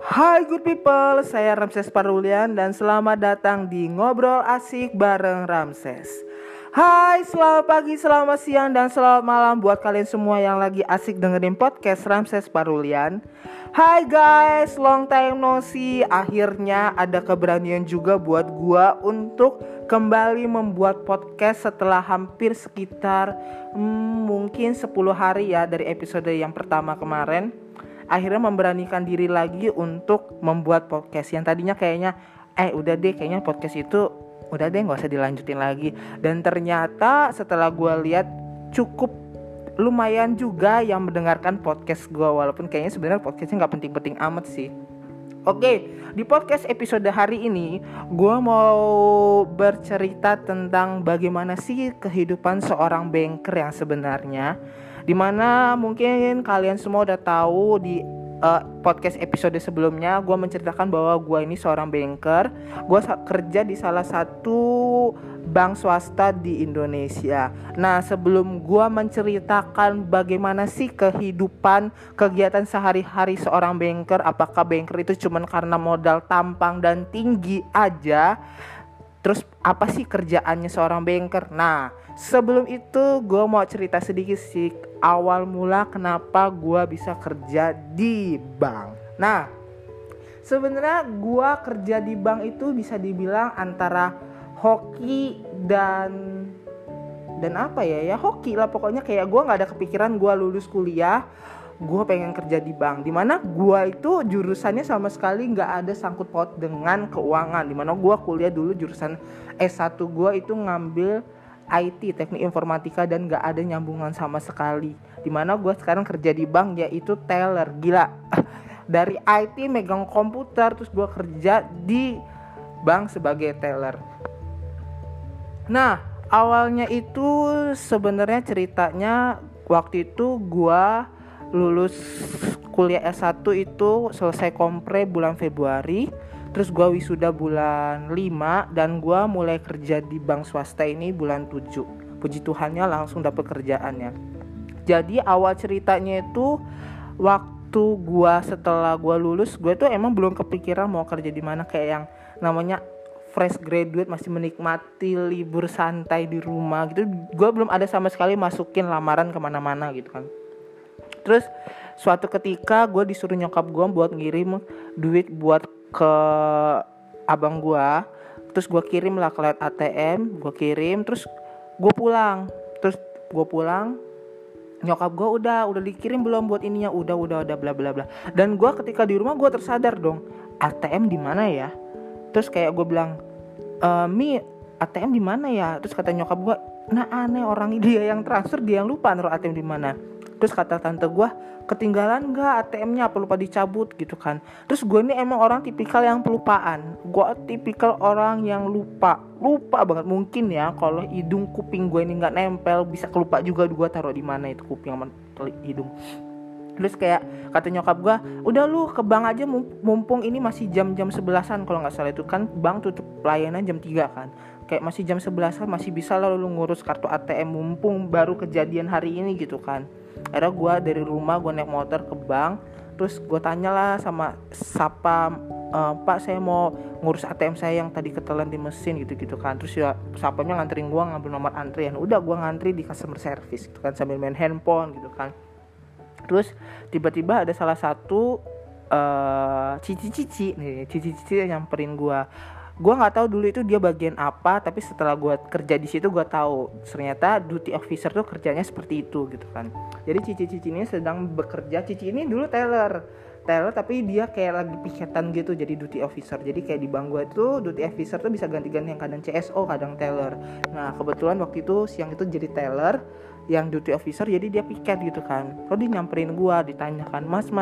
Hai good people, saya Ramses Parulian dan selamat datang di Ngobrol Asik bareng Ramses. Hai, selamat pagi, selamat siang, dan selamat malam buat kalian semua yang lagi asik dengerin podcast Ramses Parulian. Hai guys, long time no see. Akhirnya ada keberanian juga buat gua untuk kembali membuat podcast setelah hampir sekitar mungkin 10 hari ya dari episode yang pertama kemarin. Akhirnya memberanikan diri lagi untuk membuat podcast yang tadinya kayaknya udah deh, kayaknya podcast itu udah deh gak usah dilanjutin lagi. Dan ternyata setelah gue lihat cukup lumayan juga yang mendengarkan podcast gue, walaupun kayaknya sebenarnya podcastnya gak penting-penting amat sih. Oke, di podcast episode hari ini gue mau bercerita tentang bagaimana sih kehidupan seorang banker yang sebenarnya. Dimana mungkin kalian semua udah tahu di podcast episode sebelumnya gue menceritakan bahwa gue ini seorang banker. Gue kerja di salah satu bank swasta di Indonesia. Nah, sebelum gue menceritakan bagaimana sih kehidupan kegiatan sehari-hari seorang banker, apakah banker itu cuma karena modal tampang dan tinggi aja, terus apa sih kerjaannya seorang banker? Nah, sebelum itu gue mau cerita sedikit sih awal mula kenapa gue bisa kerja di bank. Nah, sebenarnya gue kerja di bank itu bisa dibilang antara hoki dan apa ya hoki lah pokoknya. Kayak gue nggak ada kepikiran gue lulus kuliah gue pengen kerja di bank, dimana gue itu jurusannya sama sekali nggak ada sangkut paut dengan keuangan. Dimana gue kuliah dulu jurusan S1 gue itu ngambil IT, teknik informatika, dan gak ada nyambungan sama sekali. Dimana gue sekarang kerja di bank yaitu teller. Gila, dari IT megang komputer terus gue kerja di bank sebagai teller. Nah, awalnya itu sebenarnya ceritanya waktu itu gue lulus kuliah S1 itu selesai kompre bulan Februari. Terus gue wisuda bulan 5 dan gue mulai kerja di bank swasta ini bulan 7. Puji Tuhannya langsung dapet kerjaannya. Jadi awal ceritanya itu waktu gue setelah gue lulus, gue tuh emang belum kepikiran mau kerja di mana, kayak yang namanya fresh graduate masih menikmati libur santai di rumah gitu. Gue belum ada sama sekali masukin lamaran kemana-mana gitu kan. Terus suatu ketika gue disuruh nyokap gue buat ngirim duit buat ke abang gue. Terus gue kirim lah ke ATM, gue kirim, terus gue pulang. Nyokap gue udah dikirim belum buat ininya? Udah bla bla bla. Dan gue ketika di rumah gue tersadar dong, ATM di mana ya? Terus kayak gue bilang, Mi, ATM di mana ya? Terus kata nyokap gue, nah aneh, orang dia yang transfer, dia yang lupa naruh ATM di mana. Terus kata tante gue, ketinggalan gak ATM-nya, apa lupa dicabut gitu kan. Terus gue ini emang orang tipikal yang pelupaan. Gue tipikal orang yang lupa banget. Mungkin ya kalau hidung kuping gue ini gak nempel, bisa kelupa juga gue taruh di mana itu kuping sama hidung. Terus kayak kata nyokap gue, udah lu ke bank aja mumpung ini masih jam 11-an kalau gak salah. Itu kan bank tutup pelayanan jam 3 kan. Kayak masih jam 11-an masih bisa lah lu ngurus kartu ATM mumpung baru kejadian hari ini gitu kan. Akhirnya gue dari rumah gue naik motor ke bank. Terus gue tanyalah sama sapam, Pak saya mau ngurus ATM saya yang tadi ketelan di mesin gitu kan. Terus ya sapamnya nganterin gue ngambil nomor antrian. Udah gue ngantri di customer service gitu kan sambil main handphone gitu kan. Terus tiba-tiba ada salah satu cici yang nyamperin gue. Gue nggak tahu dulu itu dia bagian apa, tapi setelah gue kerja di situ gue tahu ternyata duty officer tuh kerjanya seperti itu gitu kan. Jadi cici ini sedang bekerja. Cici ini dulu teller tapi dia kayak lagi piketan gitu jadi duty officer. Jadi kayak di bank gue tuh duty officer tuh bisa ganti-ganti, yang kadang CSO kadang teller. Nah kebetulan waktu itu siang itu jadi teller yang duty officer, jadi dia piket gitu kan. Lalu dia nyamperin gue, ditanyakan, mas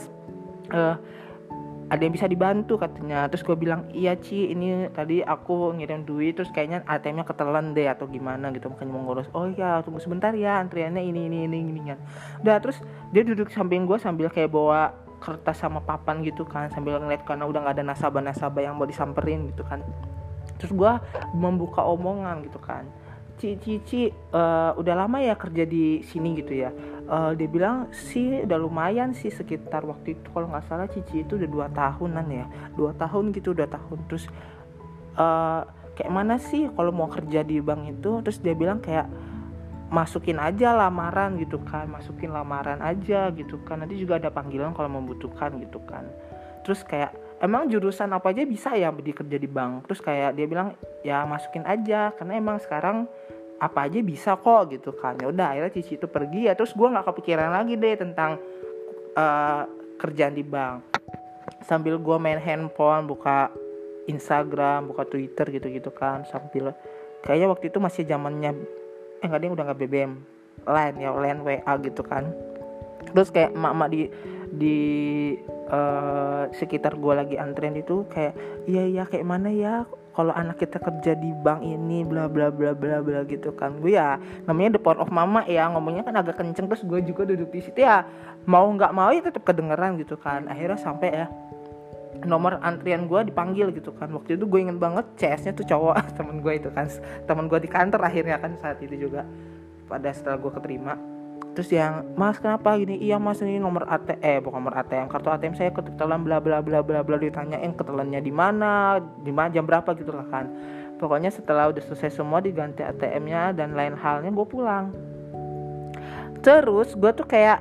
ada yang bisa dibantu katanya. Terus gue bilang, iya Ci, ini tadi aku ngirim duit terus kayaknya ATM-nya ketelan deh atau gimana gitu, makanya mau ngurus. Oh iya, tunggu sebentar ya, antriannya ini kan. Udah, terus dia duduk samping gue sambil kayak bawa kertas sama papan gitu kan, sambil ngeliat karena udah gak ada nasabah yang mau disamperin gitu kan. Terus gue membuka omongan gitu kan, Cici udah lama ya kerja di sini gitu ya. Dia bilang sih udah lumayan sih, sekitar waktu itu kalau nggak salah Cici itu udah 2 tahunan ya, 2 tahun gitu, 2 tahun. Terus kayak mana sih kalau mau kerja di bank itu. Terus dia bilang kayak masukin aja lamaran gitu kan, masukin lamaran aja gitu kan, nanti juga ada panggilan kalau membutuhkan gitu kan. Terus kayak emang jurusan apa aja bisa ya kerja di bank. Terus kayak dia bilang ya masukin aja karena emang sekarang apa aja bisa kok gitu kan. Ya udah akhirnya Cici itu pergi ya. Terus gue nggak kepikiran lagi deh tentang kerjaan di bank. Sambil gue main handphone, buka Instagram, buka Twitter gitu-gitu kan, sambil kayaknya waktu itu masih zamannya enggak deh, udah nggak BBM, line WA gitu kan. Terus kayak emak-emak di sekitar gue lagi antrean itu kayak iya kayak mana ya kalau anak kita kerja di bank ini bla bla bla bla bla gitu kan. Gue ya namanya the power of mama ya, ngomongnya kan agak kenceng. Terus gue juga duduk di situ ya, mau nggak mau ya tetap kedengeran gitu kan. Akhirnya sampai ya nomor antrian gue dipanggil gitu kan. Waktu itu gue inget banget CS-nya tuh cowok temen gue itu kan, temen gue di kantor akhirnya kan saat itu juga pada setelah gue keterima. Terus yang mas kenapa gini, iya mas ini nomor bukan nomor ATM, kartu ATM saya ketelan bla bla bla bla bla, ditanyain ketelannya di mana jam berapa gitu lah kan. Pokoknya setelah udah selesai semua diganti ATM-nya dan lain halnya, gue pulang. Terus gue tuh kayak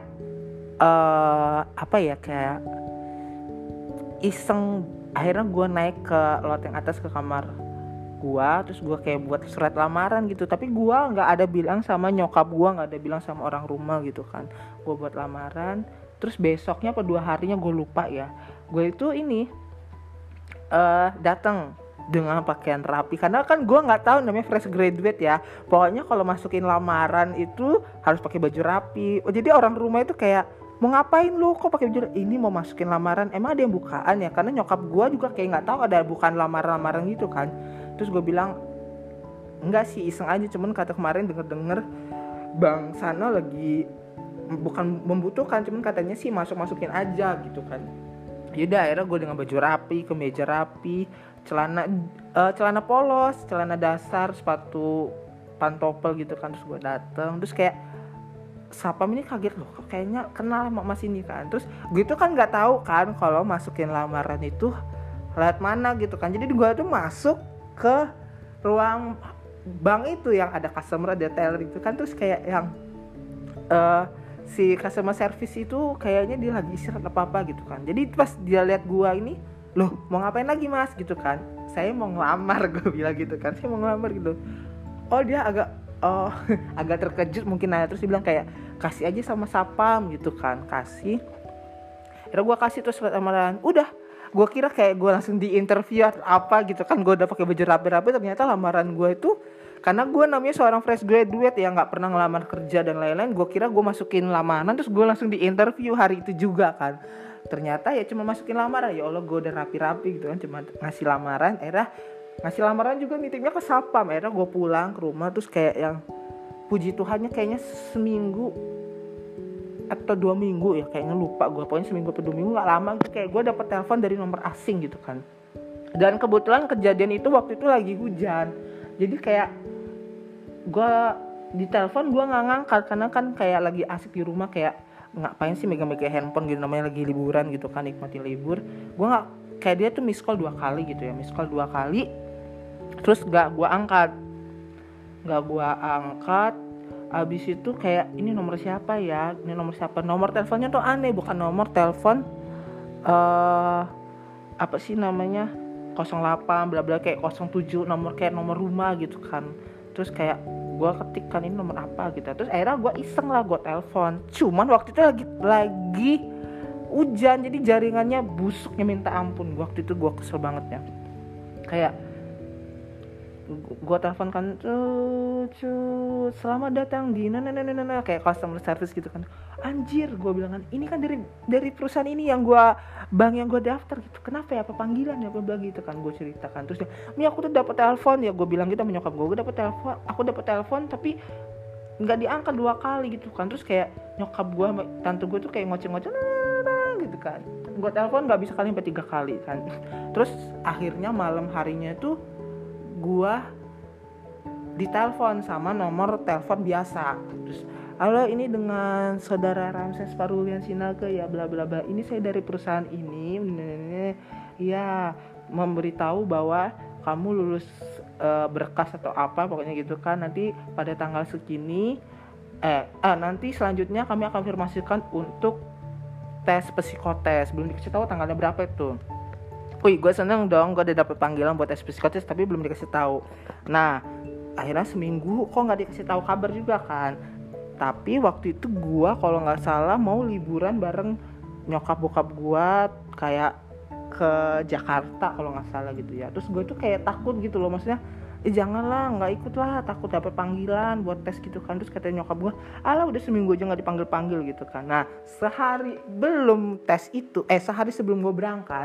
kayak iseng, akhirnya gue naik ke loteng atas ke kamar gue. Terus gue kayak buat surat lamaran gitu, tapi gue nggak ada bilang sama nyokap gue, nggak ada bilang sama orang rumah gitu kan. Gue buat lamaran. Terus besoknya apa 2 harinya gue lupa ya, gue itu datang dengan pakaian rapi karena kan gue nggak tahu namanya fresh graduate ya. Pokoknya kalau masukin lamaran itu harus pakai baju rapi. Jadi orang rumah itu kayak mau ngapain lu kok pakai baju ini, mau masukin lamaran, emang ada yang bukaan ya? Karena nyokap gue juga kayak nggak tahu ada bukan lamaran gitu kan. Terus gue bilang enggak sih, iseng aja, cuman kata kemarin denger bang sana lagi bukan membutuhkan, cuman katanya sih masukin aja gitu kan. Yaudah akhirnya gue dengan baju rapi, kemeja rapi, celana polos, celana dasar, sepatu pantopel gitu kan. Terus gue dateng, terus kayak sapam ini kaget loh, kok kayaknya kenal sama mas ini kan. Terus gue tuh kan nggak tahu kan kalau masukin lamaran itu lewat mana gitu kan. Jadi gue tuh masuk ke ruang bank itu yang ada customer, ada teller itu kan. Terus kayak yang si customer service itu kayaknya dia lagi istirahat apa gitu kan. Jadi pas dia lihat gue ini, loh mau ngapain lagi mas gitu kan. Saya mau ngelamar, gue bilang gitu kan, saya mau ngelamar gitu. Oh dia agak terkejut mungkin aja. Terus dia bilang kayak kasih aja sama sapam gitu kan, kasih. Akhirnya gue kasih terus surat lamaran. Udah, gue kira kayak gue langsung di interview atau apa gitu kan. Gue udah pakai baju rapi-rapi, ternyata lamaran gue itu karena gue namanya seorang fresh graduate ya, nggak pernah ngelamar kerja dan lain-lain. Gue kira gue masukin lamaran terus gue langsung di interview hari itu juga kan. Ternyata ya cuma masukin lamaran. Ya Allah, gue udah rapi-rapi gitu kan, cuma ngasih lamaran. Akhirnya ngasih lamaran juga nitipnya ke sapam. Akhirnya gue pulang ke rumah. Terus kayak yang puji Tuhannya kayaknya seminggu atau 2 minggu ya, kayaknya lupa gue, pokoknya seminggu atau 2 minggu gak lama gitu, kayak gue dapet telepon dari nomor asing gitu kan. Dan kebetulan kejadian itu waktu itu lagi hujan. Jadi kayak gue di telepon gue gak ngangkat karena kan kayak lagi asik di rumah, kayak ngapain sih megang-megang handphone gitu, namanya lagi liburan gitu kan, nikmati libur. Gue gak, kayak dia tuh miss call 2 kali gitu ya, miss call 2 kali. Terus gak gue angkat. Abis itu kayak ini nomor siapa ya, ini nomor siapa, nomor teleponnya tuh aneh, bukan nomor telepon apa sih namanya 08 bla bla, kayak 07, nomor kayak nomor rumah gitu kan. Terus kayak gue ketikkan ini nomor apa gitu. Terus akhirnya gue iseng lah, gue telepon. Cuman waktu itu lagi hujan, jadi jaringannya busuknya minta ampun. Waktu itu gue kesel banget ya, kayak gue telepon kan, selamat datang di kayak customer service gitu kan. Anjir, gue bilang kan, ini kan dari perusahaan ini yang bank yang gue daftar gitu, kenapa ya, apa panggilan ya, apa gitu kan. Gue ceritakan. Terus dia, aku tuh dapat telepon ya, gue bilang gitu sama nyokap gue dapat telepon tapi nggak diangkat 2 kali gitu kan. Terus kayak nyokap gue, tante gue tuh kayak ngoceh-ngoceh gitu kan. Gue telepon nggak bisa kali sampai 3 kali kan. Terus akhirnya malam harinya tuh gue ditelepon sama nomor telepon biasa. Terus, halo, ini dengan saudara Ramses Parulian Sinaga ya, bla bla bla. Ini saya dari perusahaan ini. Ya, memberitahu bahwa kamu lulus berkas atau apa pokoknya gitu kan. Nanti pada tanggal segini nanti selanjutnya kami akan konfirmasikan untuk tes psikotes. Belum dikasih tahu tanggalnya berapa itu. Wih, gue seneng dong, gue udah dapet panggilan buat tes psikotes tapi belum dikasih tahu. Nah, akhirnya seminggu kok nggak dikasih tahu kabar juga kan. Tapi waktu itu gue kalau nggak salah mau liburan bareng nyokap bokap gue kayak ke Jakarta kalau nggak salah gitu ya. Terus gue tuh kayak takut gitu loh, maksudnya janganlah, nggak ikut lah, takut dapet panggilan buat tes gitu kan. Terus katanya nyokap gue, alah udah seminggu aja nggak dipanggil gitu kan. Nah, sehari sebelum gue berangkat,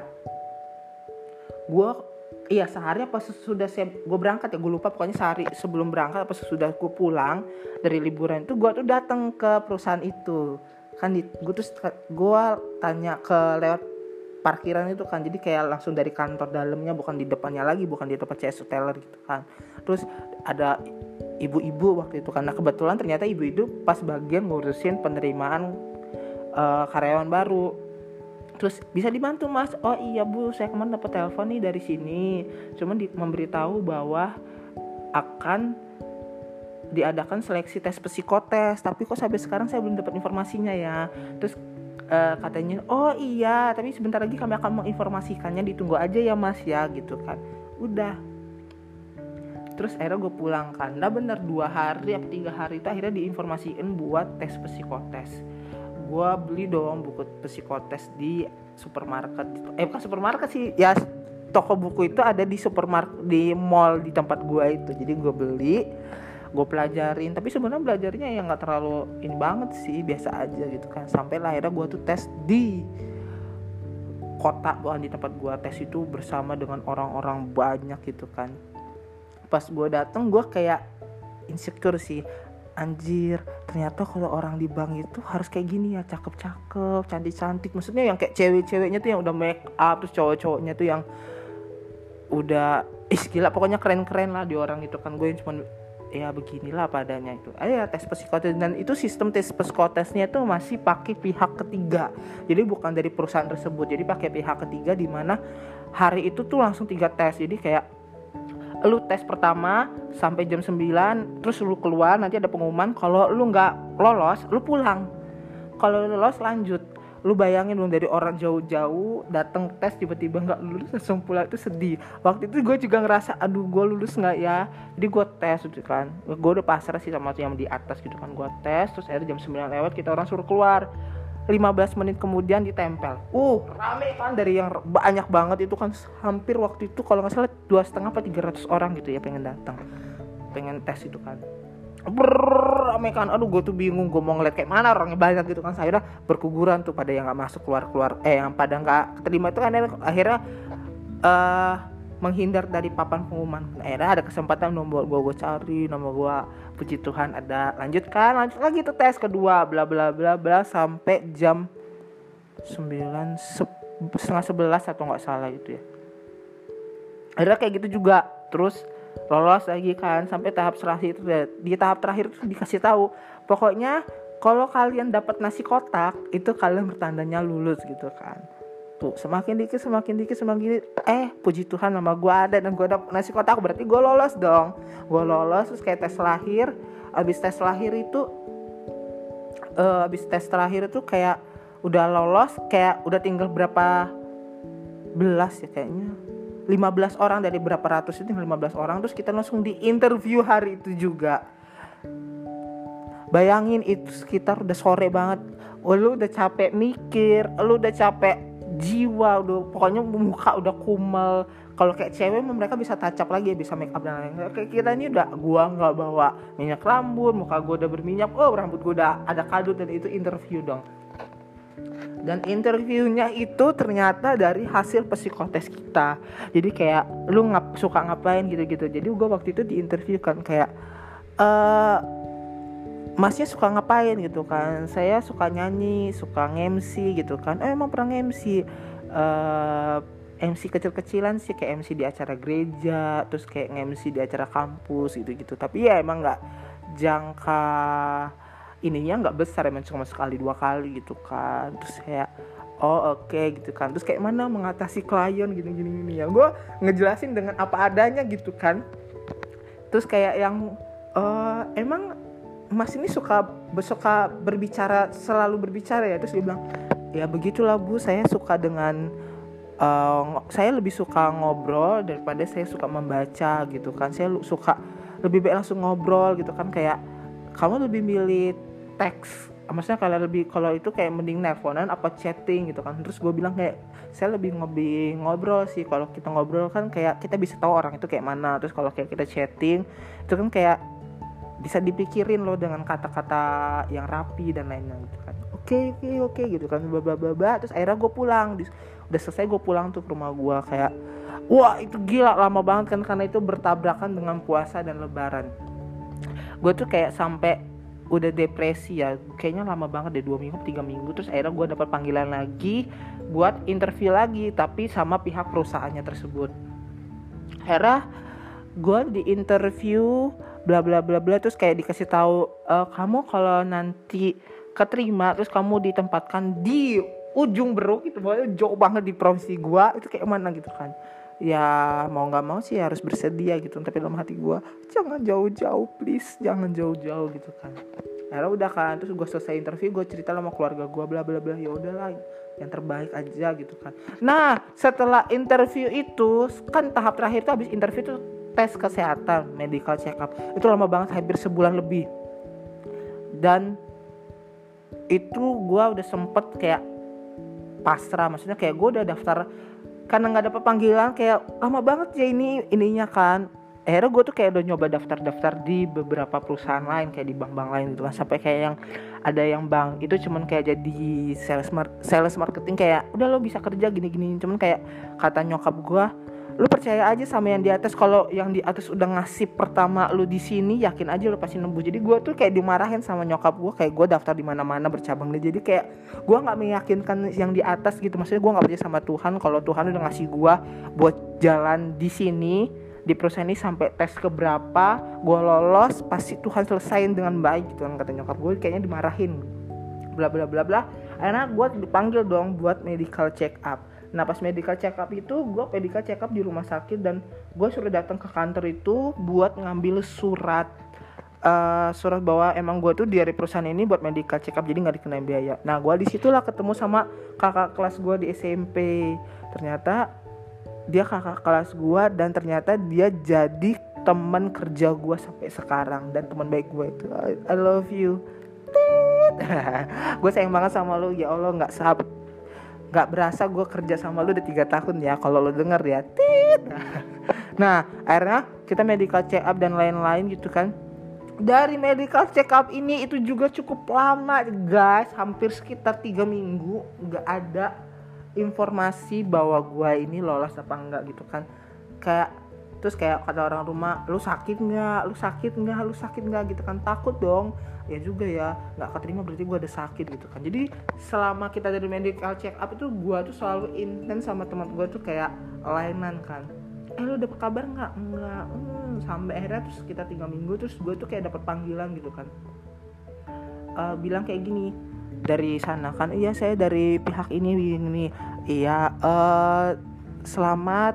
sehari apa sesudah gue berangkat ya, gue lupa, pokoknya sehari sebelum berangkat apa sesudah gue pulang dari liburan itu, gue tuh datang ke perusahaan itu kan. Gue tanya ke lewat parkiran itu kan, jadi kayak langsung dari kantor dalamnya, bukan di depannya lagi, bukan di tempat CS teller gitu kan. Terus ada ibu-ibu waktu itu, karena kebetulan ternyata ibu-ibu pas bagian ngurusin penerimaan karyawan baru. Terus, bisa dibantu mas? Oh iya bu, saya kemarin dapat telepon nih dari sini, cuman memberitahu bahwa akan diadakan seleksi tes psikotes, tapi kok sampai sekarang saya belum dapat informasinya ya. Terus katanya, oh iya, tapi sebentar lagi kami akan menginformasikannya, ditunggu aja ya mas ya gitu kan. Udah. Terus akhirnya gue pulang kan. Nah bener 2 hari atau 3 hari itu akhirnya diinformasiin buat tes psikotes. Gue beli dong buku psikotes di supermarket. Bukan supermarket sih, ya toko buku itu ada di supermarket, di mall di tempat gue itu. Jadi gue beli, gue pelajarin. Tapi sebenarnya belajarnya ya nggak terlalu ini banget sih, biasa aja gitu kan. Sampai akhirnya gue tuh tes di kota, bukan di tempat gue tes itu, bersama dengan orang-orang banyak gitu kan. Pas gue dateng, gue kayak insecure sih. Anjir, ternyata kalau orang di bank itu harus kayak gini ya, cakep-cakep, cantik-cantik. Maksudnya yang kayak cewek-ceweknya tuh yang udah make up, terus cowok-cowoknya tuh yang udah gila, pokoknya keren-keren lah di orang itu kan. Gue cuma ya beginilah padanya itu. Tes psikotes, dan itu sistem tes psikotesnya itu masih pakai pihak ketiga. Jadi bukan dari perusahaan tersebut. Jadi pakai pihak ketiga, di mana hari itu tuh langsung 3 tes. Jadi kayak lu tes pertama sampai jam 9, terus lu keluar, nanti ada pengumuman. Kalau lu nggak lolos, lu pulang. Kalau lu lolos, lanjut. Lu bayangin lu dari orang jauh-jauh datang tes, tiba-tiba nggak lulus langsung pulang, itu sedih. Waktu itu gue juga ngerasa, aduh gue lulus nggak ya. Jadi gue tes gitu kan. Gue udah pasrah sih sama yang di atas gitu kan. Gue tes, terus akhirnya jam 9 lewat, kita orang suruh keluar. 15 menit kemudian ditempel. Rame kan, dari yang banyak banget itu kan, hampir waktu itu kalau nggak salah 250 atau 300 orang gitu ya pengen datang, pengen tes itu kan. Rame kan, aduh gue tuh bingung, gue mau ngeliat kayak mana orangnya banyak gitu kan. Akhirnya berkuguran tuh, pada yang nggak masuk keluar, yang pada nggak keterima itu kan. Akhirnya menghindar dari papan pengumuman. Akhirnya ada kesempatan nomor gue cari, nomor gue, puji Tuhan ada. Lanjut lagi tuh tes kedua, bla bla bla bla, sampai jam 9:30 atau nggak salah gitu ya. Akhirnya kayak gitu juga, terus lolos lagi kan sampai tahap terakhir. Di tahap terakhir itu dikasih tahu, pokoknya kalau kalian dapat nasi kotak itu kalian bertandanya lulus gitu kan. Tuh semakin dikit puji Tuhan nama gue ada, dan gue dapet nasi kotak, berarti gue lolos dong. Gue lolos, terus kayak tes lahir. Abis tes terakhir itu kayak udah lolos, kayak udah tinggal berapa belas ya kayaknya, 15 orang dari berapa ratus itu, 15 orang. Terus kita langsung di interview hari itu juga. Bayangin itu sekitar udah sore banget. Lu udah capek mikir, lu udah capek jiwa, udah pokoknya muka udah kumel. Kalau kayak cewek mereka bisa touch up lagi, bisa make up dan lain-lain. Kayak kita ini udah, gua nggak bawa minyak rambut, muka gua udah berminyak, rambut gua udah ada kadut, dan itu interview dong. Dan interviewnya itu ternyata dari hasil psikotes kita. Jadi kayak lu suka ngapain gitu-gitu. Jadi gua waktu itu diinterview kan kayak masnya suka ngapain gitu kan. Saya suka nyanyi, suka nge-MC gitu kan. Emang pernah nge-MC. MC kecil-kecilan sih, kayak MC di acara gereja, terus kayak MC di acara kampus gitu. Tapi ya emang nggak jangka ininya nggak besar, emang cuma sekali 2 kali gitu kan. Terus kayak oke gitu kan. Terus kayak mana mengatasi klien gini ya, gue ngejelasin dengan apa adanya gitu kan. Terus kayak yang emang Mas ini suka berbicara, selalu berbicara ya. Terus dia bilang, ya begitulah Bu, saya suka dengan saya lebih suka ngobrol daripada saya suka membaca gitu kan. Saya suka lebih baik langsung ngobrol gitu kan. Kayak kamu lebih milih teks, maksudnya kalau itu kayak mending nelponan apa chatting gitu kan. Terus gue bilang kayak saya lebih ngobrol sih. Kalau kita ngobrol kan kayak kita bisa tahu orang itu kayak mana. Terus kalau kayak kita chatting itu kan kayak bisa dipikirin loh dengan kata-kata yang rapi dan lain-lain gitu kan. Oke gitu kan, terus akhirnya gue pulang. Udah selesai gue pulang tuh ke rumah gue. Kayak wah itu gila lama banget kan, karena itu bertabrakan dengan puasa dan lebaran. Gue tuh kayak sampai udah depresi ya, kayaknya lama banget deh, 2 minggu 3 minggu. Terus akhirnya gue dapat panggilan lagi buat interview lagi, tapi sama pihak perusahaannya tersebut. Akhirnya gue di interview bla bla bla bla, terus kayak dikasih tahu kamu kalau nanti keterima terus kamu ditempatkan di ujung Beruk, itu jauh banget di provinsi gue, itu kayak mana gitu kan. Ya mau nggak mau sih harus bersedia gitu, tapi dalam hati gue jangan jauh-jauh please, jangan jauh-jauh gitu kan. Akhirnya udah kan, terus gue selesai interview, gue cerita sama keluarga gue bla bla bla, ya udahlah yang terbaik aja gitu kan. Nah setelah interview itu kan tahap terakhir tuh, habis interview tuh tes kesehatan, medical check up, itu lama banget, hampir sebulan lebih. Dan itu gue udah sempet kayak pasrah, maksudnya kayak gue udah daftar karena nggak dapet panggilan, kayak lama banget ya ininya kan. Akhirnya gue tuh kayak udah nyoba daftar di beberapa perusahaan lain, kayak di bank-bank lain gitu kan. Sampai kayak yang ada yang bank itu cuman kayak jadi sales marketing, kayak udah lo bisa kerja gini-gini. Cuman kayak kata nyokap gue, lu percaya aja sama yang di atas. Kalau yang di atas udah ngasih pertama lu di sini, yakin aja lu pasti nembus. Jadi gue tuh kayak dimarahin sama nyokap gue, kayak gue daftar di mana-mana bercabang deh. Jadi kayak gue nggak meyakinkan yang di atas gitu. Maksudnya gue nggak percaya sama Tuhan. Kalau Tuhan udah ngasih gue buat jalan di sini di perusahaan ini sampai tes keberapa gue lolos, pasti Tuhan selesain dengan baik gitu kan, kata nyokap gue. Kayaknya dimarahin bla bla bla bla. Akhirnya gue dipanggil dong buat medical check up. Nah pas medical check up itu gue medical check up di rumah sakit, dan gue suruh datang ke kantor itu buat ngambil surat bahwa emang gue tuh dari perusahaan ini buat medical check up, jadi nggak dikenain biaya. Nah gue disitulah ketemu sama kakak kelas gue di SMP. Ternyata dia kakak kelas gue, dan ternyata dia jadi teman kerja gue sampai sekarang, dan teman baik gue itu. I love you. Gue sayang banget sama lu ya Allah, nggak berasa gue kerja sama lu udah 3 tahun ya, kalau lu denger ya. Nah akhirnya kita medical check up dan lain-lain gitu kan. Dari medical check up ini itu juga cukup lama guys, hampir sekitar 3 minggu nggak ada informasi bahwa gue ini lolos apa enggak gitu kan. Kayak terus kayak kata orang rumah, lu sakit nggak gitu kan. Takut dong, ya juga ya, nggak keterima berarti gue ada sakit gitu kan. Jadi selama kita dari medical check up itu gue tuh selalu intens sama teman gue tuh kayak lainan kan. Lu dapet kabar nggak? Enggak. Sampai akhirnya terus kita 3 minggu, terus gue tuh kayak dapet panggilan gitu kan. Bilang kayak gini dari sana kan, iya saya dari pihak ini. Iya, selamat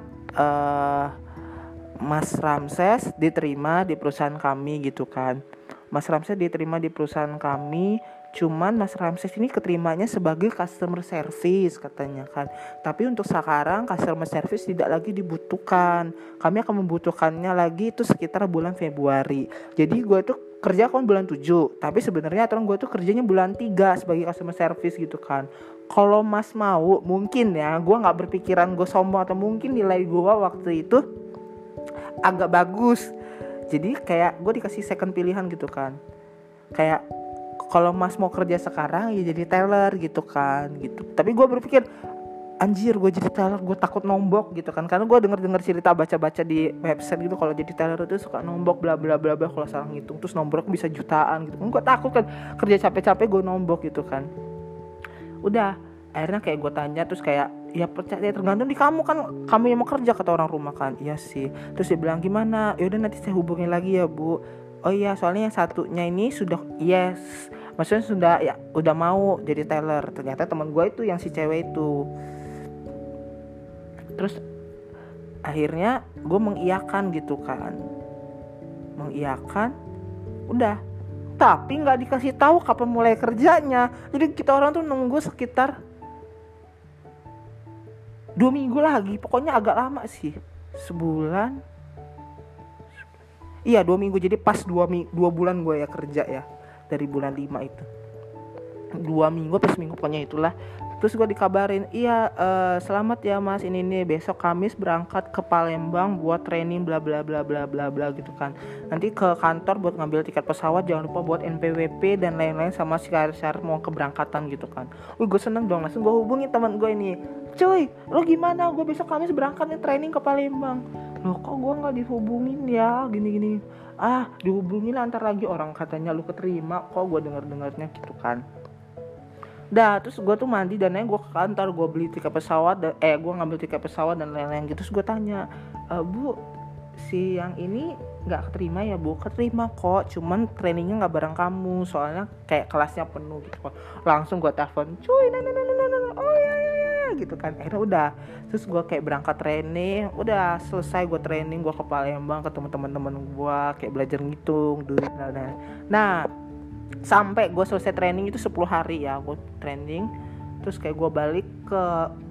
Mas Ramses diterima di perusahaan kami gitu kan. Mas Ramses diterima di perusahaan kami, cuman Mas Ramses ini keterimanya sebagai customer service katanya kan. Tapi untuk sekarang customer service tidak lagi dibutuhkan. Kami akan membutuhkannya lagi itu sekitar bulan Februari. Jadi gue tuh kerja kan bulan 7, tapi sebenarnya aturan gue tuh kerjanya bulan 3 sebagai customer service gitu kan. Kalau Mas mau, mungkin ya, gue gak berpikiran gue sombong, atau mungkin nilai gue waktu itu agak bagus, jadi kayak gue dikasih second pilihan gitu kan. Kayak kalau Mas mau kerja sekarang ya jadi teller gitu kan gitu. Tapi gue berpikir anjir, gue jadi teller gue takut nombok gitu kan, karena gue denger cerita baca di website gitu kalau jadi teller itu suka nombok bla bla bla bla, kalau salah ngitung terus nombok bisa jutaan gitu kan. Gue takut kan, kerja capek-capek gue nombok gitu kan. Udah akhirnya kayak gue tanya, terus kayak ya percaya tergantung di kamu kan, kamu yang mau kerja, kata orang rumah kan. Iya sih. Terus dia bilang gimana, yaudah nanti saya hubungin lagi ya Bu. Oh iya, soalnya yang satunya ini sudah yes, maksudnya sudah ya udah mau jadi teller. Ternyata teman gue itu yang si cewek itu. Terus akhirnya gue mengiyakan gitu kan, mengiyakan, udah. Tapi nggak dikasih tahu kapan mulai kerjanya. Jadi kita orang tuh nunggu sekitar 2 minggu lagi, pokoknya agak lama sih, sebulan. Iya 2 minggu, jadi pas 2 bulan gue ya kerja ya, dari bulan 5 itu 2 minggu pas minggu pokoknya itulah. Terus gue dikabarin, iya selamat ya mas, ini nih besok Kamis berangkat ke Palembang buat training bla bla bla bla bla bla gitu kan. Nanti ke kantor buat ngambil tiket pesawat, jangan lupa buat NPWP dan lain-lain sama syarat-syarat mau keberangkatan gitu kan. Gue seneng dong, langsung gue hubungin teman gue ini, cuy lo gimana, gue besok Kamis berangkat nih training ke Palembang. Loh kok gue nggak dihubungin ya, gini-gini. Dihubungin lah ntar lagi, orang katanya lu keterima kok, gue dengarnya gitu kan. Dah, terus gue tuh mandi dan gue ke kantor, gue beli tiket pesawat, gue ngambil tiket pesawat dan lain-lain gitu. Terus gue tanya, Bu, si yang ini nggak keterima ya Bu? Keterima kok, cuman trainingnya nggak bareng kamu, soalnya kayak kelasnya penuh gitu kok. Langsung gue telepon, cuy, oh ya gitu kan. Akhirnya udah, terus gue kayak berangkat training, udah selesai gue training, gue ke Palembang ketemu teman-teman gue, kayak belajar ngitung duit dan lain-lain. Nah sampai gue selesai training itu 10 hari ya gue training. Terus kayak gue balik ke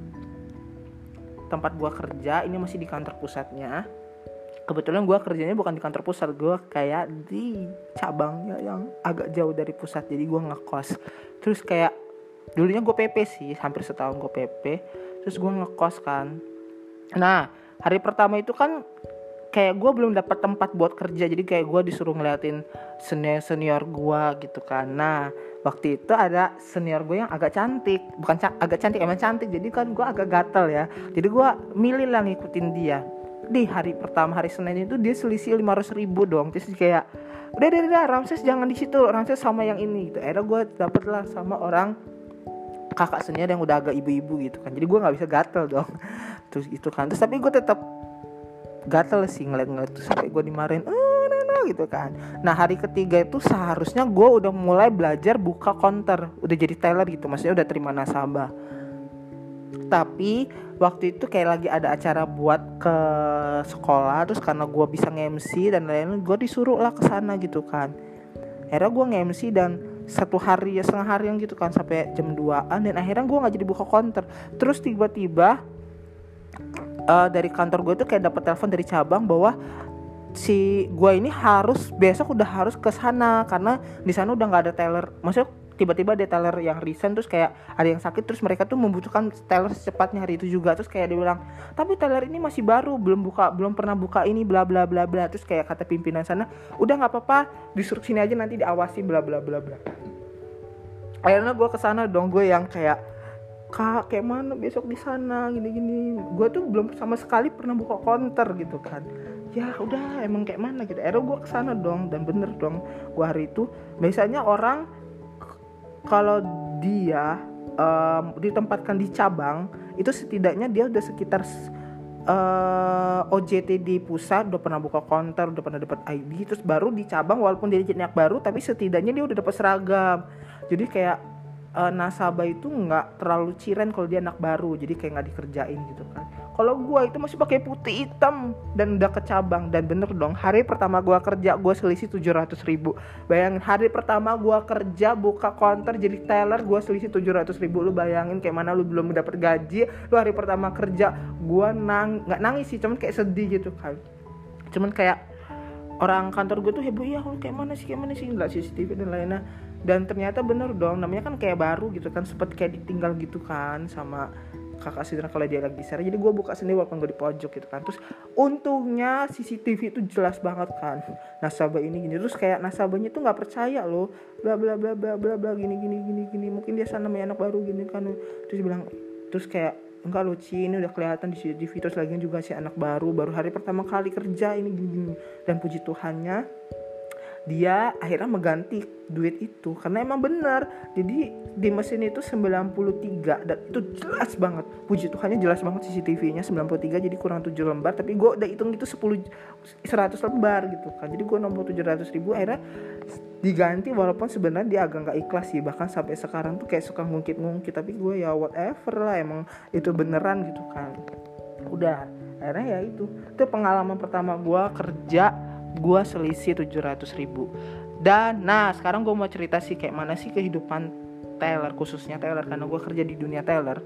tempat gue kerja, ini masih di kantor pusatnya. Kebetulan gue kerjanya bukan di kantor pusat, gue kayak di cabangnya yang agak jauh dari pusat, jadi gue ngekos. Terus kayak dulunya gue PP sih, hampir setahun gue PP. Terus gue ngekos kan. Nah hari pertama itu kan kayak gue belum dapat tempat buat kerja, jadi kayak gue disuruh ngeliatin senior gue gitu kan. Nah waktu itu ada senior gue yang agak cantik, bukan agak cantik, emang cantik. Jadi kan gue agak gatel ya, jadi gue milih lah ngikutin dia. Di hari pertama, hari Senin itu dia selisih 500 ribu dong. Terus kayak udah Ramses jangan di situ, Ramses sama yang ini gitu. Akhirnya gue dapet lah sama orang kakak senior yang udah agak ibu-ibu gitu kan. Jadi gue nggak bisa gatel dong. Terus itu kan, terus tapi gue tetap gatel sih ngeliat tuh, sampai gue dimarahin gitu kan. Nah hari ketiga itu seharusnya gue udah mulai belajar buka counter, udah jadi teller gitu, maksudnya udah terima nasabah. Tapi waktu itu kayak lagi ada acara buat ke sekolah, terus karena gue bisa nge-MC dan lain-lain, gue disuruh lah ke sana gitu kan. Akhirnya gue nge-MC dan 1 hari ya setengah harian gitu kan, sampai jam 2an. Dan akhirnya gue gak jadi buka counter. Terus tiba-tiba dari kantor gue tuh kayak dapat telepon dari cabang bahwa si gue ini besok udah harus ke sana karena di sana udah nggak ada teller. Maksudnya tiba-tiba ada teller yang resign, terus kayak ada yang sakit, terus mereka tuh membutuhkan teller secepatnya hari itu juga. Terus kayak dia bilang, tapi teller ini masih baru, belum pernah buka ini bla bla bla bla. Terus kayak kata pimpinan sana, udah nggak apa-apa, disuruh sini aja nanti diawasi bla bla bla bla. Akhirnya gue kesana dong, gue yang kayak, Kak, kayak mana besok di sana gini-gini. Gue tuh belum sama sekali pernah buka counter gitu kan. Ya udah emang kayak mana gitu. Akhirnya gue kesana dong, dan bener dong. Gue hari itu biasanya orang kalau dia ditempatkan di cabang itu setidaknya dia udah sekitar OJT di pusat, udah pernah buka counter, udah pernah dapat ID, terus baru di cabang walaupun dia jadi anak baru tapi setidaknya dia udah dapat seragam. Jadi kayak nasabah itu nggak terlalu ciren kalau dia anak baru, jadi kayak nggak dikerjain gitu kan. Kalau gue itu masih pakai putih hitam dan udah ke cabang. Dan bener dong, hari pertama gue kerja gue selisih 700 ribu. Bayangin hari pertama gue kerja buka counter jadi teller gue selisih 700 ribu. Lu bayangin kayak mana lu belum dapat gaji, lu hari pertama kerja. Gue nggak nangis sih, cuman kayak sedih gitu kan. Cuman kayak orang kantor gue tuh heboh, ya lu kayak mana sih ngeliat CCTV dan lainnya. Dan ternyata bener dong, namanya kan kayak baru gitu kan, seperti kayak ditinggal gitu kan sama kakak sendiri kalau dia lagi share. Jadi gue buka sendiri walaupun gue di pojok gitu kan. Terus untungnya CCTV itu jelas banget kan, nasabah ini gini. Terus kayak nasabahnya tuh nggak percaya loh, bla bla bla bla bla bla gini. Mungkin dia sana namanya anak baru gini kan. Terus bilang, terus kayak enggak loh Ci, ini udah kelihatan di CCTV. Terus lagi juga si anak baru hari pertama kali kerja ini gini. Dan puji Tuhannya dia akhirnya mengganti duit itu karena emang benar. Jadi di mesin itu 93 dan itu jelas banget, puji Tuhannya jelas banget CCTV-nya 93, jadi kurang 7 lembar, tapi gue udah hitung itu 100 lembar gitu kan. Jadi gue nombor 700 ribu akhirnya diganti, walaupun sebenarnya dia agak gak ikhlas sih, bahkan sampai sekarang tuh kayak suka ngungkit-ngungkit, tapi gue ya whatever lah, emang itu beneran gitu kan. Udah akhirnya ya itu pengalaman pertama gue kerja, gue selisih 700 ribu. Dan nah sekarang gue mau cerita sih kayak mana sih kehidupan teller, khususnya teller karena gue kerja di dunia teller.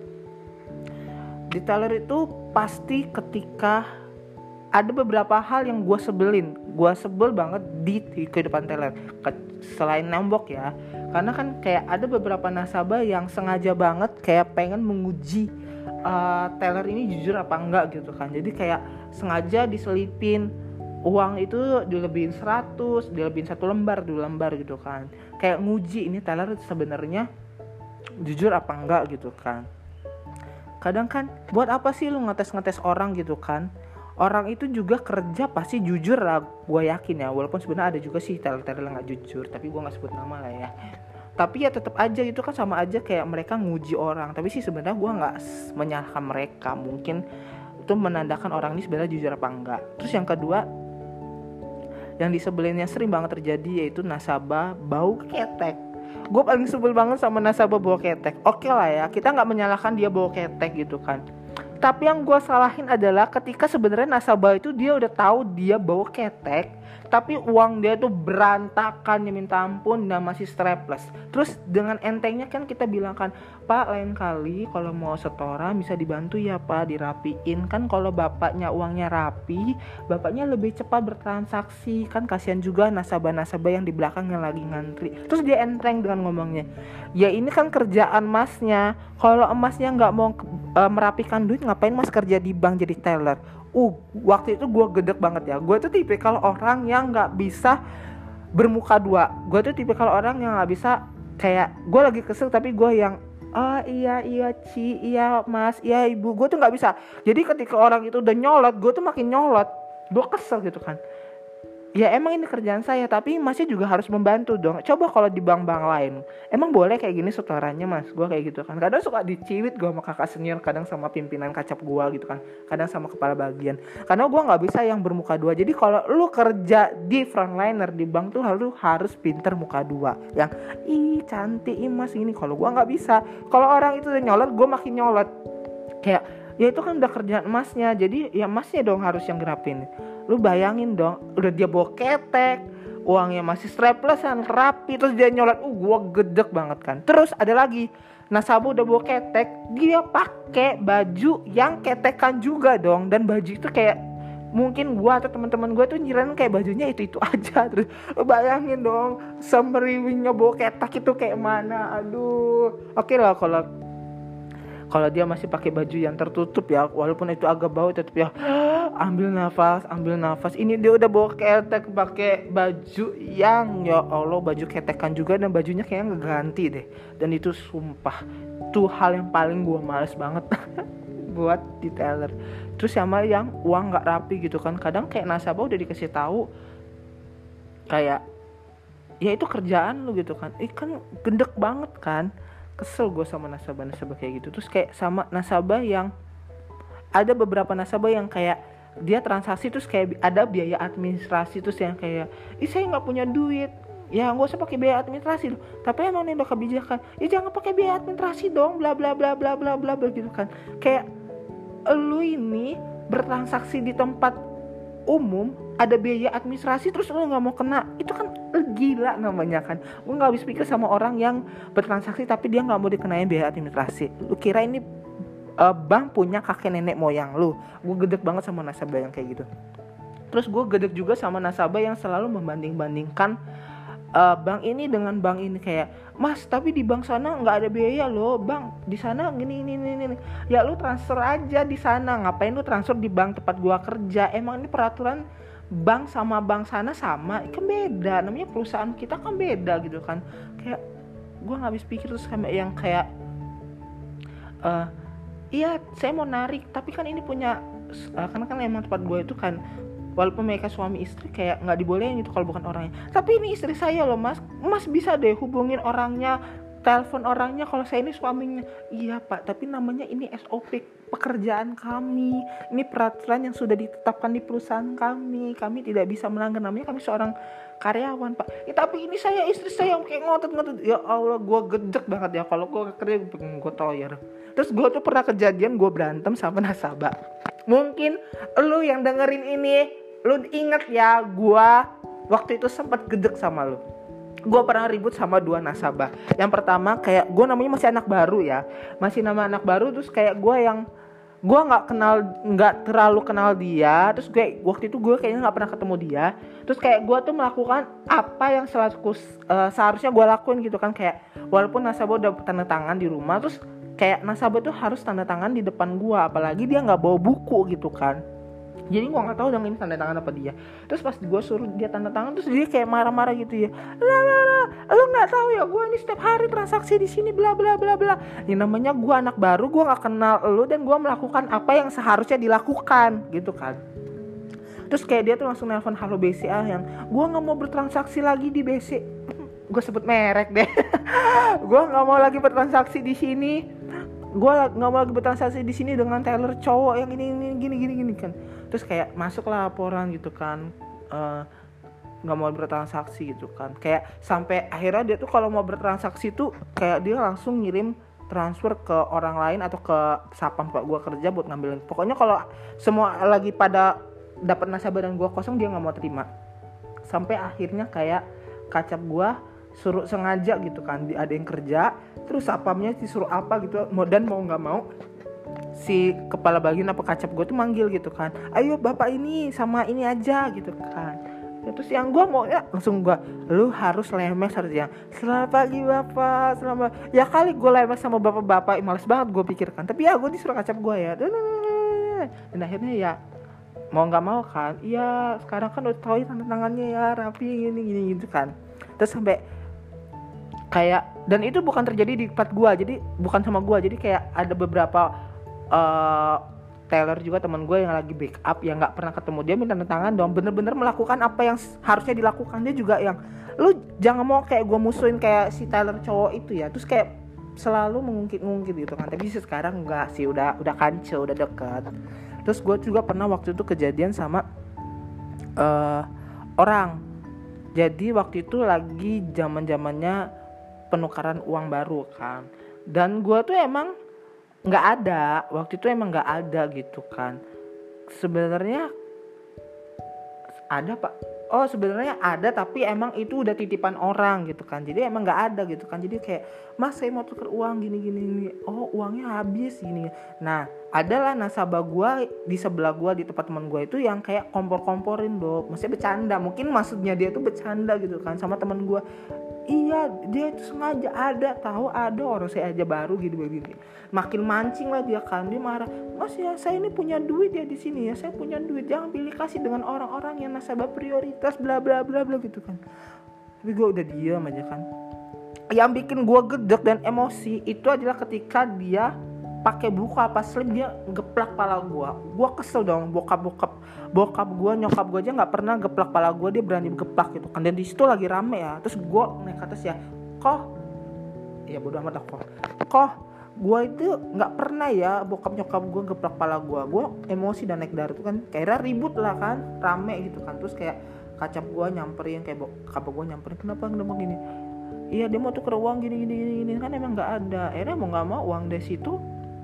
Di teller itu pasti ketika ada beberapa hal yang gue sebel banget di kehidupan teller. Selain nembok ya, karena kan kayak ada beberapa nasabah yang sengaja banget kayak pengen menguji teller ini jujur apa enggak gitu kan. Jadi kayak sengaja diselipin uang itu dilebihin 100, dilebihin 1 lembar, 2 lembar gitu kan. Kayak nguji ini teller sebenarnya jujur apa enggak gitu kan. Kadang kan buat apa sih lu ngetes orang gitu kan. Orang itu juga kerja pasti jujur lah, gue yakin ya. Walaupun sebenarnya ada juga sih teller-teller yang gak jujur, tapi gue gak sebut nama lah ya. Tapi ya tetap aja itu kan sama aja kayak mereka nguji orang. Tapi sih sebenarnya gue gak menyalahkan mereka. Mungkin itu menandakan orang ini sebenarnya jujur apa enggak. Terus yang kedua, yang disebelinnya sering banget terjadi yaitu nasabah bau ketek. Gue paling sebel banget sama nasabah bau ketek. Oke lah ya, kita gak menyalahkan dia bau ketek gitu kan. Tapi yang gue salahin adalah ketika sebenarnya nasabah itu dia udah tahu dia bawa ketek, tapi uang dia tuh berantakan ya minta ampun dan masih strapless. Terus dengan entengnya kan kita bilang kan, Pak lain kali kalau mau setoran bisa dibantu ya Pak, dirapiin. Kan kalau bapaknya uangnya rapi, bapaknya lebih cepat bertransaksi. Kan kasihan juga nasabah-nasabah yang di belakang yang lagi ngantri. Terus dia enteng dengan ngomongnya, ya ini kan kerjaan masnya. Kalau emasnya gak mau merapikan duit, ngapain mas kerja di bank jadi teller? Waktu itu gue gedek banget ya. Gue tuh tipikal orang yang gak bisa bermuka dua. Gue tuh tipikal orang yang gak bisa kayak gue lagi kesel tapi gue yang iya Ci, iya mas, iya ibu. Gue tuh gak bisa. Jadi ketika orang itu udah nyolot, gue tuh makin nyolot. Gue kesel gitu kan. Ya emang ini kerjaan saya, tapi masnya juga harus membantu dong. Coba kalau di bank-bank lain, emang boleh kayak gini setorannya mas? Gue kayak gitu kan. Kadang suka diciwit gue sama kakak senior, kadang sama pimpinan kacap gue gitu kan. Kadang sama kepala bagian. Karena gue gak bisa yang bermuka dua. Jadi kalau lu kerja di frontliner di bank tuh harus pinter muka dua. Yang cantik mas ini. Kalau gue gak bisa. Kalau orang itu udah nyolot, gue makin nyolot. Kayak ya itu kan udah kerjaan emasnya. Jadi ya emasnya dong harus yang gerapin. Lu bayangin dong, udah dia bawa ketek, uangnya masih straplessan, rapi, terus dia nyolot. Gua gedek banget kan. Terus ada lagi, nasabah udah bawa ketek, dia pakai baju yang ketekan juga dong. Dan baju itu kayak mungkin gua atau teman-teman gua tuh nyirain kayak bajunya itu aja. Terus lu bayangin dong, semeriwingnya bawa ketek itu kayak mana. Aduh. Oke lah kalau dia masih pakai baju yang tertutup ya, walaupun itu agak bau tetap ya ambil nafas. Ini dia udah bawa ketek pakai baju yang ya Allah, baju ketekan juga, dan bajunya kayaknya nggak ganti deh. Dan itu sumpah tuh hal yang paling gue males banget buat di teller. Terus sama yang uang nggak rapi gitu kan, kadang kayak nasabah udah dikasih tahu kayak ya itu kerjaan lu gitu kan. Kan gendek banget kan. Kesel gue sama nasabah-nasabah kayak gitu. Terus kayak sama nasabah yang ada beberapa nasabah yang kayak dia transaksi terus kayak ada biaya administrasi, terus yang kayak saya nggak punya duit, ya nggak usah pakai biaya administrasi loh, tapi emang ini udah kebijakan, jangan pakai biaya administrasi dong, bla bla bla bla bla bla gitu kan. Kayak lu ini bertransaksi di tempat umum ada biaya administrasi terus lu nggak mau kena, itu kan gila namanya kan. Gue nggak habis pikir sama orang yang bertransaksi tapi dia nggak mau dikenain biaya administrasi. Lu kira ini bank punya kakek nenek moyang lu? Gue gedek banget sama nasabah yang kayak gitu. Terus gue gedek juga sama nasabah yang selalu membanding-bandingkan bank ini dengan bank ini, kayak mas tapi di bank sana nggak ada biaya loh, bang di sana gini. Ya lu transfer aja di sana, ngapain lu transfer di bank tempat gua kerja? Emang ini peraturan bank sama bank sana sama? Kan beda, namanya perusahaan kita kan beda gitu kan. Kayak gua nggak habis pikir. Terus yang kayak iya saya mau narik tapi kan ini punya karena kan emang tempat gua itu kan walaupun mereka suami istri kayak nggak dibolehin gitu kalau bukan orangnya. Tapi ini istri saya loh mas bisa deh hubungin orangnya, telepon orangnya kalau saya ini suaminya. Iya pak, tapi namanya ini SOP pekerjaan kami, ini peraturan yang sudah ditetapkan di perusahaan kami tidak bisa melanggar, namanya kami seorang karyawan pak. Ya, tapi ini saya istri saya yang kayak ngotot. Ya Allah, gue gedek banget ya kalau gue kerja gue toyer. Terus gue tuh pernah kejadian gue berantem sama nasabah. Mungkin lu yang dengerin ini lu inget ya, gue waktu itu sempat gedek sama lu. Gue pernah ribut sama 2 nasabah. Yang pertama kayak gue namanya masih anak baru ya, masih nama anak baru. Terus kayak gue nggak terlalu kenal dia. Terus gue waktu itu gue kayaknya nggak pernah ketemu dia. Terus kayak gue tuh melakukan apa yang seharusnya gue lakuin gitu kan. Kayak walaupun nasabah udah tanda tangan di rumah, terus kayak nasabah tuh harus tanda tangan di depan gue, apalagi dia nggak bawa buku gitu kan. Jadi gue nggak tahu dong ini tanda tangan apa dia. Terus pas gue suruh dia tanda tangan, terus dia kayak marah-marah gitu ya. Lu nggak tahu ya, gue ini setiap hari transaksi di sini bla bla bla bla. Ini namanya gue anak baru, gue nggak kenal lu dan gue melakukan apa yang seharusnya dilakukan gitu kan. Terus kayak dia tuh langsung nelpon halo BCA yang gue nggak mau bertransaksi lagi di BC. Gue sebut merek deh. Gue nggak mau lagi bertransaksi di sini. Gue nggak mau lagi bertransaksi di sini dengan teller cowok yang gini kan. Terus kayak masuklah laporan gitu kan, nggak mau bertransaksi gitu kan. Kayak sampai akhirnya dia tuh kalau mau bertransaksi tuh kayak dia langsung ngirim transfer ke orang lain atau ke sapam pak gue kerja buat ngambilin. Pokoknya kalau semua lagi pada dapat nasabah dan gue kosong, dia nggak mau terima. Sampai akhirnya kayak kacap gue suruh sengaja gitu kan, ada yang kerja terus sapamnya disuruh apa gitu, dan mau nggak mau si kepala bagian apa kacap gue tuh manggil gitu kan, ayo bapak ini sama ini aja gitu kan. Ya, terus yang gue mau ya langsung gue, lu harus lemes, harus yang selamat pagi bapak, selamat. Ya kali gue lemes sama bapak-bapak, males banget gue pikirkan. Tapi ya gue disuruh kacap gue ya, dan akhirnya ya mau nggak mau kan, iya sekarang kan udah tahu tanda tangannya ya rapi gini gitu kan. Terus sampai kayak, dan itu bukan terjadi di tempat gue, jadi bukan sama gue, jadi kayak ada beberapa teller juga teman gue yang lagi backup yang nggak pernah ketemu, dia minta tanda tangan dong, bener-bener melakukan apa yang harusnya dilakukan. Dia juga yang, lu jangan mau kayak gue musuhin kayak si teller cowok itu ya, terus kayak selalu mengungkit gitu kan. Tapi sekarang enggak sih, udah kanco, udah dekat. Terus gue juga pernah waktu itu kejadian sama orang. Jadi waktu itu lagi zaman-zamannya penukaran uang baru kan, dan gue tuh emang nggak ada waktu itu, emang nggak ada gitu kan. Sebenarnya ada pak, oh sebenarnya ada, tapi emang itu udah titipan orang gitu kan, jadi emang nggak ada gitu kan. Jadi kayak, mas saya mau tuker uang gini, oh uangnya habis gini. Nah adalah nasabah gue di sebelah gue, di tempat teman gue itu yang kayak kompor-komporin dong, maksudnya bercanda, mungkin maksudnya dia tuh bercanda gitu kan sama teman gue. Iya dia itu sengaja, ada orang saya aja baru gini. Makin mancing lah dia kan, dia marah, mas ya saya ini punya duit ya di sini ya, saya punya duit, jangan pilih kasih dengan orang-orang yang nasabah prioritas bla bla bla bla gitu kan. Tapi gue udah diam aja kan. Yang bikin gue gedek dan emosi itu adalah ketika dia pakai buku apa slip, dia geplak pala gue kesel dong. Bokap gue, nyokap gue aja nggak pernah geplak pala gue, dia berani geplak gitu kan. Dan di situ lagi rame ya, terus gue naik ke atas ya, ya bodo amat kok gue itu nggak pernah ya bokap nyokap gue geplak pala gue emosi dan naik darah tuh kan, kayak ribut lah kan, rame gitu kan. Terus kayak kacap gue nyamperin, kayak bokap gue nyamperin, kenapa gini, iya dia mau tuker uang gini kan, emang nggak ada. Akhirnya mau nggak mau uang dari situ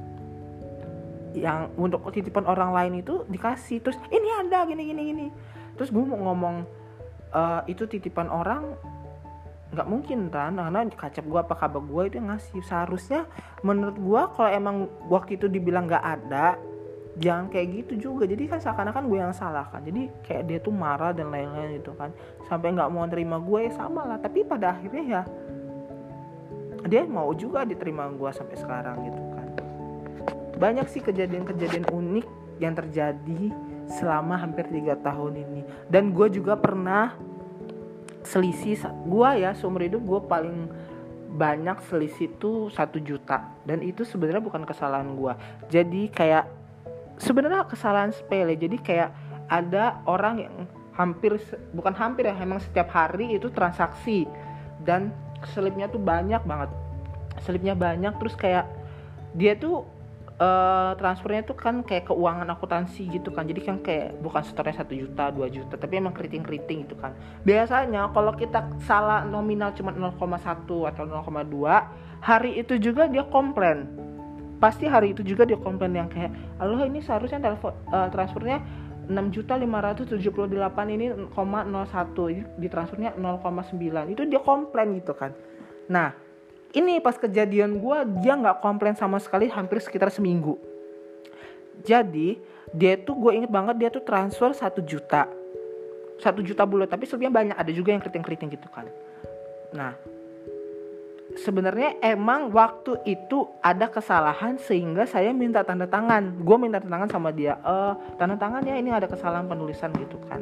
yang untuk titipan orang lain itu dikasih. Terus ini ada gini. Terus gue mau ngomong itu titipan orang, nggak mungkin kan, karena kacap gue apa kabar gue itu yang ngasih. Seharusnya menurut gue kalau emang waktu itu dibilang nggak ada, jangan kayak gitu juga. Jadi kan seakan-akan gue yang salah kan, jadi kayak dia tuh marah dan lain-lain gitu kan, sampai nggak mau terima gue, ya sama lah. Tapi pada akhirnya ya dia mau juga diterima gue sampai sekarang gitu kan. Banyak sih kejadian-kejadian unik yang terjadi selama hampir 3 tahun ini. Dan gue juga pernah selisih, gue ya seumur hidup gue paling banyak selisih tuh 1 juta. Dan itu sebenarnya bukan kesalahan gue. Jadi kayak sebenarnya kesalahan sepele. Jadi kayak ada orang yang bukan hampir ya, emang setiap hari itu transaksi dan slipnya tuh banyak banget. Slipnya banyak, terus kayak dia tuh transfernya tuh kan kayak keuangan akuntansi gitu kan. Jadi kan kayak bukan setornya 1 juta, 2 juta, tapi emang keriting-keriting gitu kan. Biasanya kalau kita salah nominal cuma 0,1 atau 0,2, hari itu juga dia komplain. Pasti hari itu juga dia komplain yang kayak, "Halo, ini seharusnya transfernya 6.578 ini 0,01, di transfernya 0,9." Itu dia komplain gitu kan. Nah, ini pas kejadian gue, dia gak komplain sama sekali hampir sekitar seminggu. Jadi dia tuh, gue inget banget, dia tuh transfer 1 juta bulat, tapi sebenarnya banyak, ada juga yang keriting-keriting gitu kan. Nah, sebenarnya emang waktu itu ada kesalahan sehingga saya minta tanda tangan. Gue minta tanda tangan sama dia, tanda tangan ya, ini ada kesalahan penulisan gitu kan.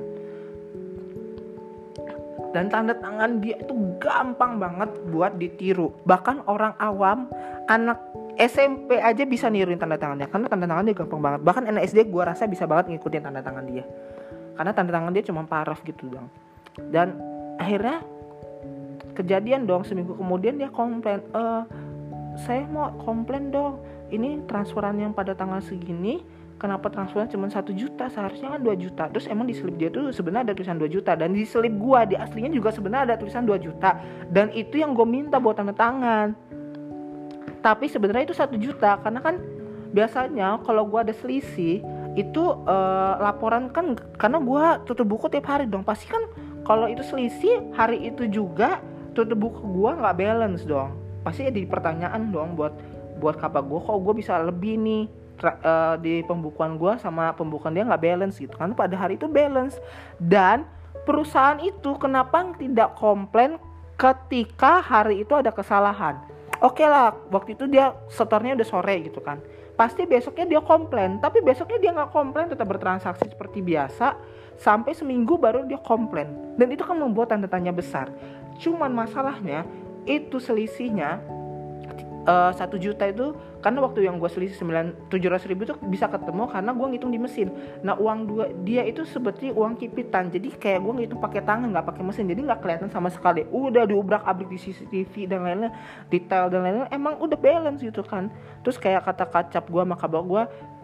Dan tanda tangan dia itu gampang banget buat ditiru. Bahkan orang awam, anak SMP aja bisa niruin tanda tangannya, karena tanda tangan dia gampang banget. Bahkan anak SD gue rasa bisa banget ngikutin tanda tangan dia, karena tanda tangan dia cuma paraf gitu bang. Dan akhirnya kejadian dong, seminggu kemudian dia komplain, "Saya mau komplain dong, ini transferan yang pada tanggal segini, kenapa transfernya cuma 1 juta, seharusnya kan 2 juta. Terus emang di slip dia tuh sebenarnya ada tulisan 2 juta. Dan di slip gua, di aslinya juga sebenarnya ada tulisan 2 juta. Dan itu yang gue minta buat tanda tangan. Tapi sebenarnya itu 1 juta. Karena kan biasanya kalau gua ada selisih, itu laporan kan, karena gua tutup buku tiap hari dong. Pasti kan kalau itu selisih, hari itu juga tutup buku gua gak balance dong. Pasti ada pertanyaan dong buat kapal gua, kok gua bisa lebih nih di pembukuan gue sama pembukuan dia nggak balance gitu kan. Pada hari itu balance. Dan perusahaan itu kenapa tidak komplain ketika hari itu ada kesalahan? Oke lah, waktu itu dia setornya udah sore gitu kan, pasti besoknya dia komplain. Tapi besoknya dia nggak komplain, tetap bertransaksi seperti biasa sampai seminggu baru dia komplain. Dan itu kan membuat tanda tanya besar. Cuman masalahnya itu selisihnya 1 juta itu, karena waktu yang gue selisih 700 ribu itu bisa ketemu karena gue ngitung di mesin. Nah, uang dia itu seperti uang kipitan, jadi kayak gue ngitung pakai tangan, nggak pakai mesin, jadi nggak kelihatan sama sekali. Udah diubrak-abrik di CCTV dan lainnya, detail dan lainnya, emang udah balance gitu kan. Terus kayak kata kacap gue sama kabar gue,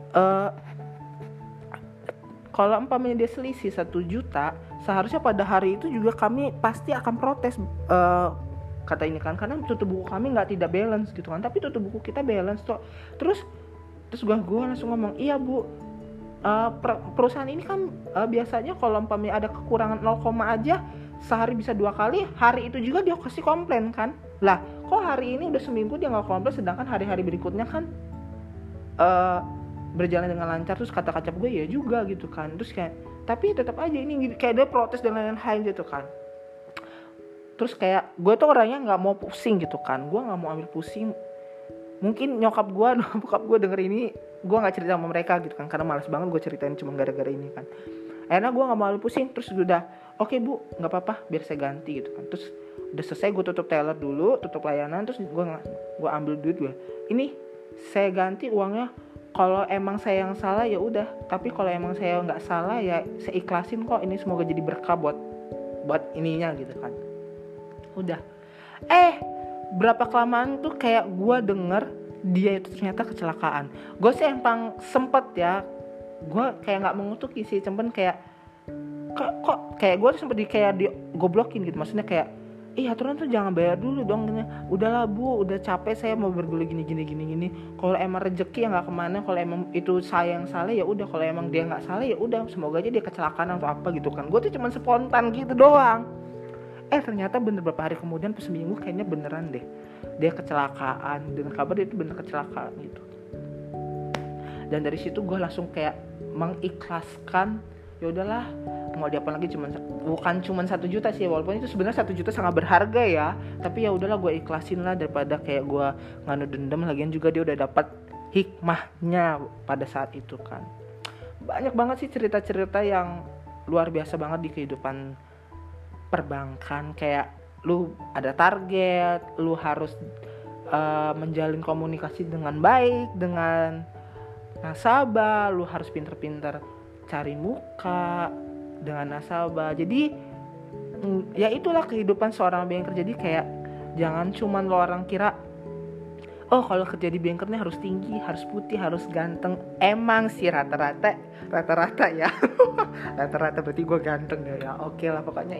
kalau umpamanya dia selisih 1 juta, seharusnya pada hari itu juga kami pasti akan protes, kata ini kan, karena tutup buku kami tidak balance gitu kan, tapi tutup buku kita balance toh. Terus gue langsung ngomong, "Iya bu, perusahaan ini kan biasanya kalau umpamanya ada kekurangan 0, aja sehari bisa 2 kali, hari itu juga dia kasih komplain kan. Lah kok hari ini udah seminggu dia nggak komplain, sedangkan hari-hari berikutnya kan berjalan dengan lancar." Terus kata kacap gue, ya juga gitu kan. Terus kayak, tapi tetap aja ini kayak dia protes dan lain-lain gitu kan. Terus kayak gue tuh orangnya nggak mau pusing gitu kan, gue nggak mau ambil pusing. Mungkin nyokap gue denger ini, gue nggak cerita sama mereka gitu kan, karena malas banget gue ceritain cuma gara-gara ini kan. Akhirnya gue nggak mau ambil pusing. Terus udah, "Oke bu, nggak apa-apa, biar saya ganti gitu kan." Terus udah selesai, gue tutup teller dulu, tutup layanan. Terus gue ambil duit gue, "Ini saya ganti uangnya. Kalau emang saya yang salah ya udah, tapi kalau emang saya nggak salah ya saya ikhlasin kok. Ini semoga jadi berkah buat ininya gitu kan." Udah. Berapa kelamaan tuh kayak gue denger dia itu ternyata kecelakaan. Gue sih emang sempet ya, gue kayak nggak mengutuki sih, cuman kayak kok kayak gue tuh sempet kayak digoblokin gitu. Maksudnya kayak, aturan tuh jangan bayar dulu dong gini. Udahlah bu, udah capek saya mau bergelut gini. Kalau emang rezeki yang nggak kemana, kalau emang itu saya yang salah ya udah, kalau emang dia nggak salah ya udah, semoga aja dia kecelakaan atau apa gitu kan. Gue tuh cuman spontan gitu doang. Ternyata bener beberapa hari kemudian, pas seminggu kayaknya beneran deh dia kecelakaan. Dengan kabar dia itu bener kecelakaan gitu. Dan dari situ gue langsung kayak mengikhlaskan, ya udahlah, mau diapa lagi, bukan cuma 1 juta sih, walaupun itu sebenarnya 1 juta sangat berharga ya, tapi ya udahlah gue ikhlasin lah, daripada kayak gue nganu dendam. Lagian juga dia udah dapat hikmahnya pada saat itu kan. Banyak banget sih cerita-cerita yang luar biasa banget di kehidupan perbankan. Kayak lu ada target, lu harus menjalin komunikasi dengan baik dengan nasabah, lu harus pinter-pinter cari muka dengan nasabah. Jadi ya itulah kehidupan seorang banker. Jadi kayak jangan cuman lo orang kira oh kalau kerja di banker nih harus tinggi, harus putih, harus ganteng. Emang sih rata-rata ya. Rata-rata berarti gue ganteng ya. Oke lah, pokoknya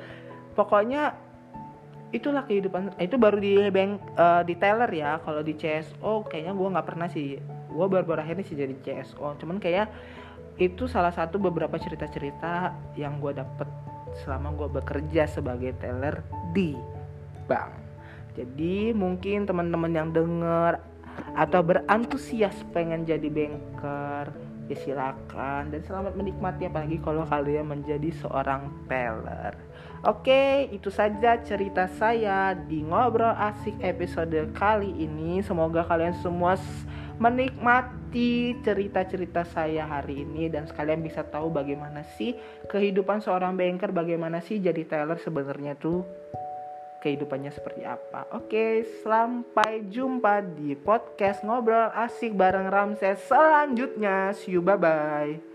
itulah kehidupan. Itu baru di di teller ya. Kalau di CSO kayaknya gue nggak pernah sih. Gue baru-baru akhirnya sih jadi CSO. Cuman kayak itu salah satu beberapa cerita-cerita yang gue dapet selama gue bekerja sebagai teller di bank. Jadi mungkin teman-teman yang denger atau berantusias pengen jadi banker, ya silakan dan selamat menikmati, apalagi kalau kalian menjadi seorang teller. Oke, itu saja cerita saya di Ngobrol Asik episode kali ini. Semoga kalian semua menikmati cerita-cerita saya hari ini dan sekalian bisa tahu bagaimana sih kehidupan seorang banker, bagaimana sih jadi teller sebenarnya tuh kehidupannya seperti apa. Oke, sampai jumpa di podcast Ngobrol Asik bareng Ramses selanjutnya. See you, bye-bye.